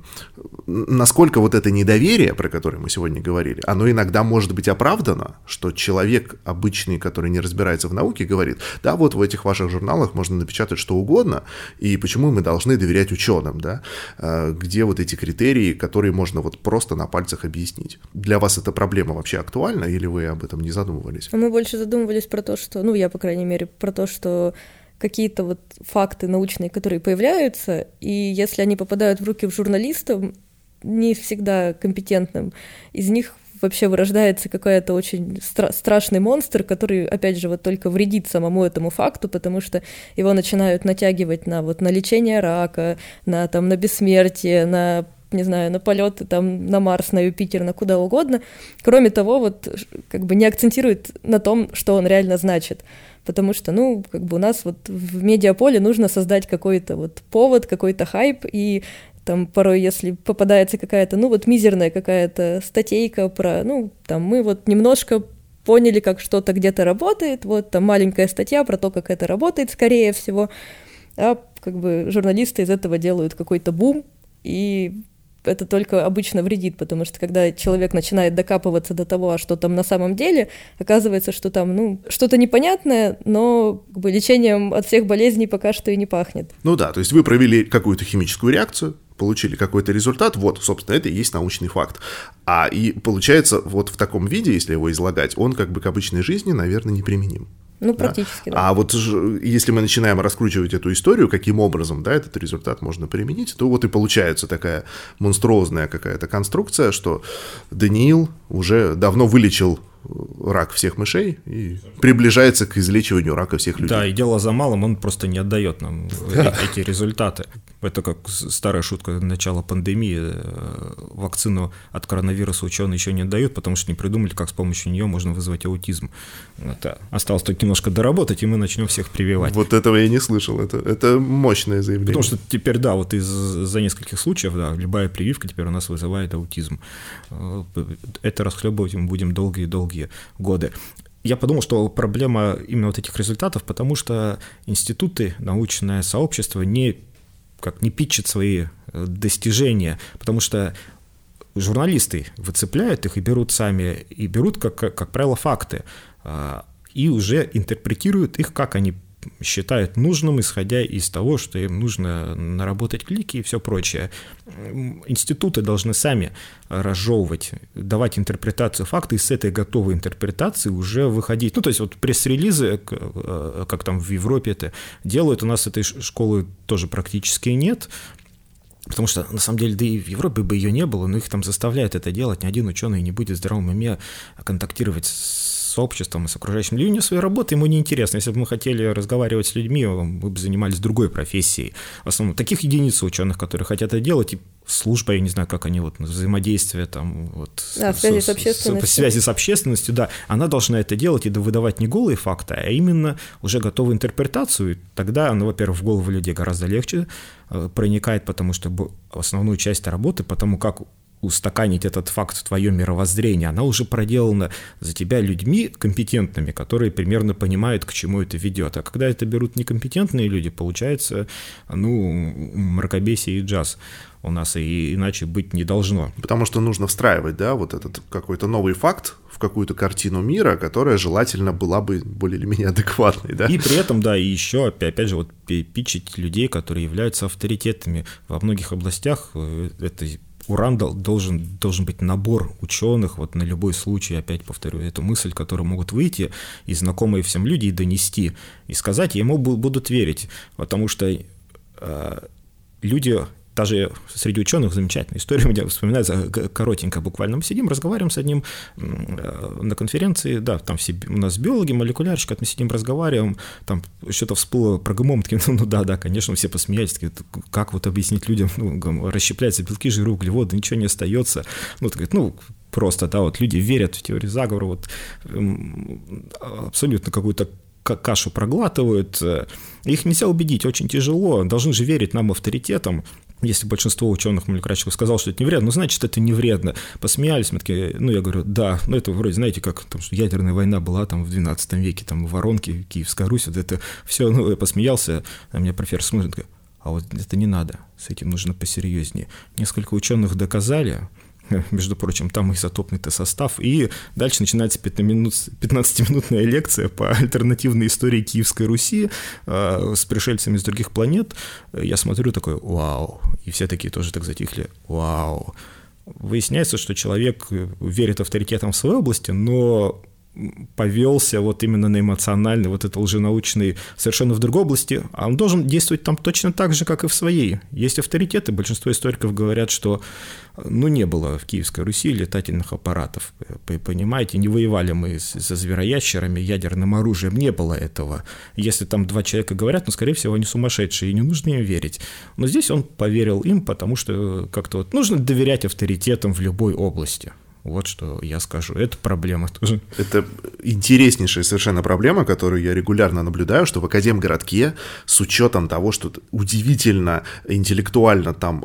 насколько вот это недоверие, про которое мы сегодня говорили, оно иногда может быть оправдано, что человек обычный, который не разбирается в науке, говорит, да, вот в этих ваших журналах можно напечатать что угодно, и почему мы должны доверять ученым, да, где вот эти критерии, которые можно вот просто на пальцах объяснить. Для вас эта проблема вообще актуальна, или вы об этом не задумывались? Мы больше задумывались про то, что, ну, я, по крайней мере, про то, что какие-то вот факты научные, которые появляются, и если они попадают в руки журналистов, не всегда компетентным, из них вообще вырождается какой-то очень страшный монстр, который, опять же, вот только вредит самому этому факту, потому что его начинают натягивать на лечение рака, на бессмертие, на, не знаю, на полеты там на Марс, на Юпитер, на куда угодно. Кроме того, вот как бы не акцентирует на том, что он реально значит. Потому что, ну, как бы у нас вот в медиаполе нужно создать какой-то вот повод, какой-то хайп, и там порой, если попадается какая-то, ну, вот мизерная какая-то статейка про, ну, там мы вот немножко поняли, как что-то где-то работает, вот там маленькая статья про то, как это работает, скорее всего, а как бы журналисты из этого делают какой-то бум, и это только обычно вредит, потому что когда человек начинает докапываться до того, а что там на самом деле, оказывается, что там, ну, что-то непонятное, но как бы лечением от всех болезней пока что и не пахнет. Ну да, то есть вы провели какую-то химическую реакцию, получили какой-то результат, вот, собственно, это и есть научный факт. И получается, вот в таком виде, если его излагать, он как бы к обычной жизни, наверное, неприменим. Ну, практически, да. А вот если мы начинаем раскручивать эту историю, каким образом, да, этот результат можно применить, то вот и получается такая монструозная какая-то конструкция, что Даниил уже давно вылечил рак всех мышей и приближается к излечиванию рака всех людей. Да, и дело за малым, он просто не отдает нам эти результаты. Это как старая шутка начала пандемии. Вакцину от коронавируса ученые еще не отдают, потому что не придумали, как с помощью нее можно вызвать аутизм. Это осталось только немножко доработать, и мы начнем всех прививать. Вот этого я не слышал, это мощное заявление. Потому что теперь, да, вот из-за нескольких случаев, да, любая прививка теперь у нас вызывает аутизм. Это расхлебывать мы будем долгие годы. Я подумал, что проблема именно вот этих результатов, потому что институты, научное сообщество не питчат свои достижения, потому что журналисты выцепляют их и берут сами, и берут, как правило, факты, и уже интерпретируют их, как они считают нужным, исходя из того, что им нужно наработать клики и все прочее. Институты должны сами разжевывать, давать интерпретацию факта, и с этой готовой интерпретации уже выходить. Ну, то есть вот пресс-релизы, как там в Европе это делают, у нас этой школы тоже практически нет, потому что, на самом деле, да и в Европе бы ее не было, но их там заставляют это делать, ни один ученый не будет в здравом уме контактировать с обществом и с окружающим людьми, своей работы ему неинтересно. Если бы мы хотели разговаривать с людьми, мы бы занимались другой профессией. В основном таких единиц ученых, которые хотят это делать, и служба, я не знаю, как они вот взаимодействие там вот связи с общественностью. Связи с общественностью, да, она должна это делать и выдавать не голые факты, а именно уже готовую интерпретацию. И тогда она, во-первых, в голову людей гораздо легче проникает, потому что основную часть работы, потому как устаканить этот факт в твое мировоззрение, она уже проделана за тебя людьми компетентными, которые примерно понимают, к чему это ведет. А когда это берут некомпетентные люди, получается, мракобесие и джаз у нас, и иначе быть не должно. Потому что нужно встраивать, да, вот этот какой-то новый факт в какую-то картину мира, которая желательно была бы более или менее адекватной, да? И при этом, да, и еще, опять же, вот питчить людей, которые являются авторитетами во многих областях, это Уран должен быть набор ученых вот на любой случай, опять повторю, эту мысль, которые могут выйти и знакомые всем люди и донести, и сказать, и ему будут верить, потому что люди, даже среди ученых замечательная история, у меня вспоминается коротенько буквально. Мы сидим, разговариваем с одним на конференции, да, там все у нас биологи, молекулярщики, мы сидим, разговариваем, там что-то всплыло про ГМО, мы такие, да, конечно, все посмеялись, такие, как вот объяснить людям, расщепляются белки, жиры, углеводы, ничего не остается, просто, да, вот люди верят в теорию заговора, вот абсолютно какую-то кашу проглатывают, их нельзя убедить, очень тяжело, должны же верить нам авторитетам. Если большинство ученых молекулярщиков сказал, что это не вредно, значит, это не вредно. Посмеялись, мы такие, я говорю, да, это вроде, знаете, как там, что ядерная война была там в 12 веке, там Воронки, Киевская Русь, вот это все, я посмеялся, а меня професор смотрит, говорит, а вот это не надо, с этим нужно посерьезнее. Несколько ученых доказали, между прочим, там изотопный-то состав, и дальше начинается 15-минутная лекция по альтернативной истории Киевской Руси с пришельцами с других планет. Я смотрю такой, вау, и все такие тоже так затихли, вау. Выясняется, что человек верит авторитетам в своей области, но повелся вот именно на эмоциональный, вот это лженаучный совершенно в другой области, а он должен действовать там точно так же, как и в своей. Есть авторитеты, большинство историков говорят, что не было в Киевской Руси летательных аппаратов, понимаете, не воевали мы со звероящерами, ядерным оружием, не было этого. Если там два человека говорят, скорее всего, они сумасшедшие, и не нужно им верить. Но здесь он поверил им, потому что как-то вот нужно доверять авторитетам в любой области. Вот что я скажу. Это проблема тоже. Это интереснейшая совершенно проблема, которую я регулярно наблюдаю, что в Академгородке с учетом того, что удивительно интеллектуально там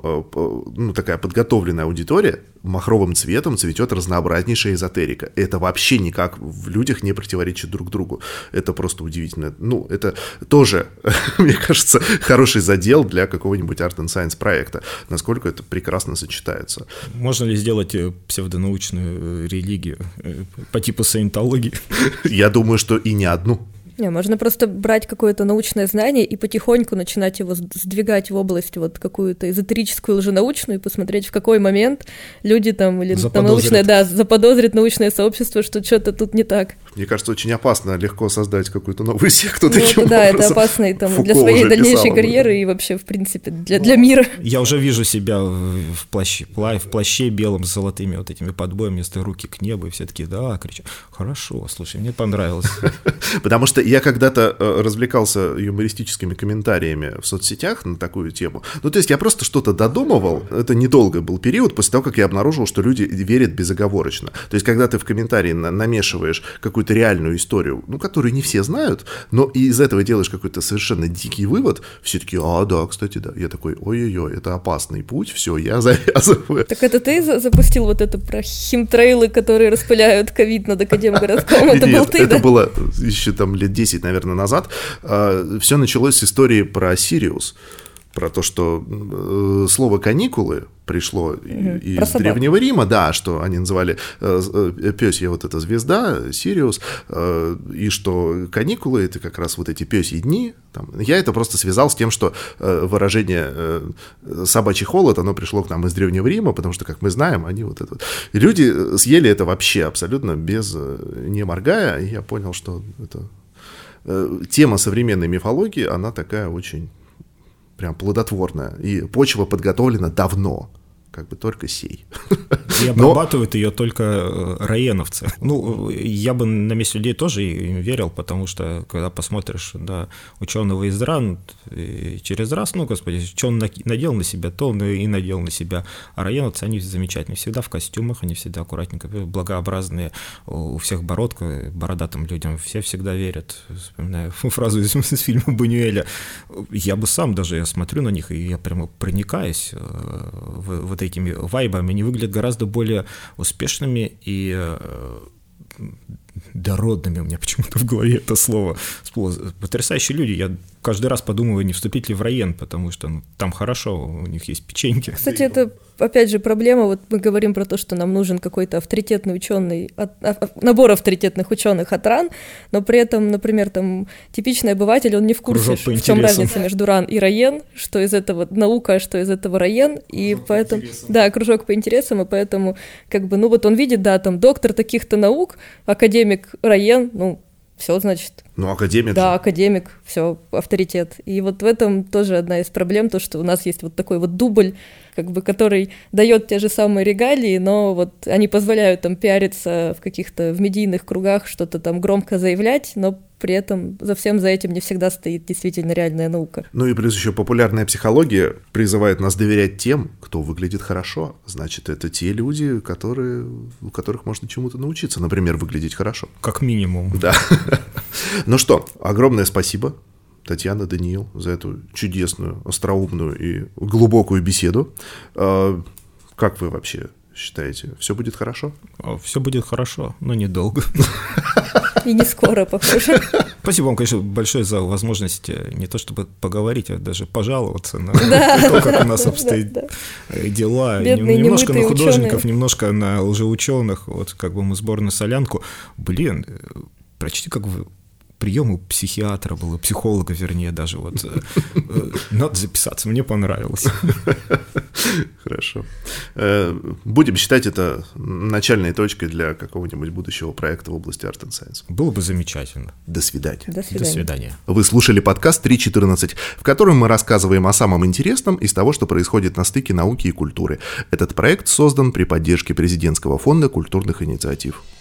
такая подготовленная аудитория, махровым цветом цветет разнообразнейшая эзотерика. Это вообще никак в людях не противоречит друг другу. Это просто удивительно. Это тоже, мне кажется, хороший задел для какого-нибудь Art and Science проекта. Насколько это прекрасно сочетается. Можно ли сделать псевдонаучную религию по типу саентологии? Я думаю, что и не одну. Можно просто брать какое-то научное знание и потихоньку начинать его сдвигать в область вот какую-то эзотерическую, лженаучную, и посмотреть, в какой момент люди там или там научное, заподозрят научное сообщество, что что-то тут не так. Мне кажется, очень опасно легко создать какую-то новую секту таким образом. Это опасно и там для своей дальнейшей карьеры и вообще, в принципе, для мира. Я уже вижу себя в плаще белом с золотыми вот этими подбоями, вместо руки к небу, и все такие, да, кричат, хорошо, слушай, мне понравилось. Потому что я когда-то развлекался юмористическими комментариями в соцсетях на такую тему. То есть я просто что-то додумывал. Это недолго был период после того, как я обнаружил, что люди верят безоговорочно. То есть когда ты в комментарии намешиваешь какую-то реальную историю, которую не все знают, но и из этого делаешь какой-то совершенно дикий вывод, все такие, да, кстати, да. Я такой, ой-ой-ой, это опасный путь, все, я завязываю. Так это ты запустил вот это про химтрейлы, которые распыляют ковид над Академгородком? Это был ты, да? Это было еще там лет 10, наверное, назад. Все началось с истории про Сириус, про то, что слово «каникулы» пришло из Древнего Рима, да, что они называли пёсья вот эта звезда, Сириус, и что каникулы — это как раз вот эти пёсьи дни. Я это просто связал с тем, что выражение «собачий холод», оно пришло к нам из Древнего Рима, потому что, как мы знаем, они вот это... И люди съели это вообще абсолютно не моргая, и я понял, что это... Тема современной мифологии, она такая очень прям плодотворная, и почва подготовлена давно, как бы только сей. И обрабатывают ее только раеновцы. Ну, я бы на месте людей тоже им верил, потому что, когда посмотришь, да, ученого из РАН, через раз, ну, господи, что он надел на себя, то он и надел на себя. А раеновцы, они замечательные, всегда в костюмах, они всегда аккуратненько, благообразные, у всех бородка, бородатым людям все всегда верят. Вспоминаю фразу из фильма Бунюэля. Я бы сам даже, я смотрю на них, и я прямо проникаюсь вот этими вайбами. Они выглядят гораздо более успешными и дородными. У меня почему-то в голове это слово всплыло. Потрясающие люди. Я каждый раз подумываю, не вступить ли в Раен, потому что там хорошо, у них есть печеньки. Кстати, это, опять же, проблема. Вот мы говорим про то, что нам нужен какой-то авторитетный ученый, набор авторитетных ученых от РАН, но при этом, например, там типичный обыватель, он не в курсе, в чем разница между РАН и Раен, что из этого наука, что из этого Раен, и кружок поэтому, да, кружок по интересам, и поэтому, как бы, ну вот он видит, да, там доктор таких-то наук, академик Раен, ну, все, значит. Ну, академик. Да, же. Академик, все, авторитет. И вот в этом тоже одна из проблем, то, что у нас есть вот такой вот дубль, как бы, который дает те же самые регалии, но вот они позволяют там пиариться в медийных кругах, что-то там громко заявлять, но при этом за всем за этим не всегда стоит действительно реальная наука. Ну и плюс еще популярная психология призывает нас доверять тем, кто выглядит хорошо. Значит, это те люди, у которых можно чему-то научиться, например, выглядеть хорошо. Как минимум. Да. Ну что, огромное спасибо, Татьяна, Даниил, за эту чудесную, остроумную и глубокую беседу. Как вы вообще считаете, все будет хорошо? Все будет хорошо, но недолго. И не скоро, похоже. Спасибо вам, конечно, большое за возможность не то чтобы поговорить, а даже пожаловаться на то, как у нас обстоят дела. Немножко на художников, немножко на лжеученых. Вот как бы мы сборную солянку. Блин, почти как в прием у психиатра было, психолога, вернее, даже вот. Надо записаться, мне понравилось. Хорошо. Будем считать это начальной точкой для какого-нибудь будущего проекта в области Art and Science. Было бы замечательно. До свидания. До свидания. Вы слушали подкаст 3.14, в котором мы рассказываем о самом интересном из того, что происходит на стыке науки и культуры. Этот проект создан при поддержке Президентского фонда культурных инициатив.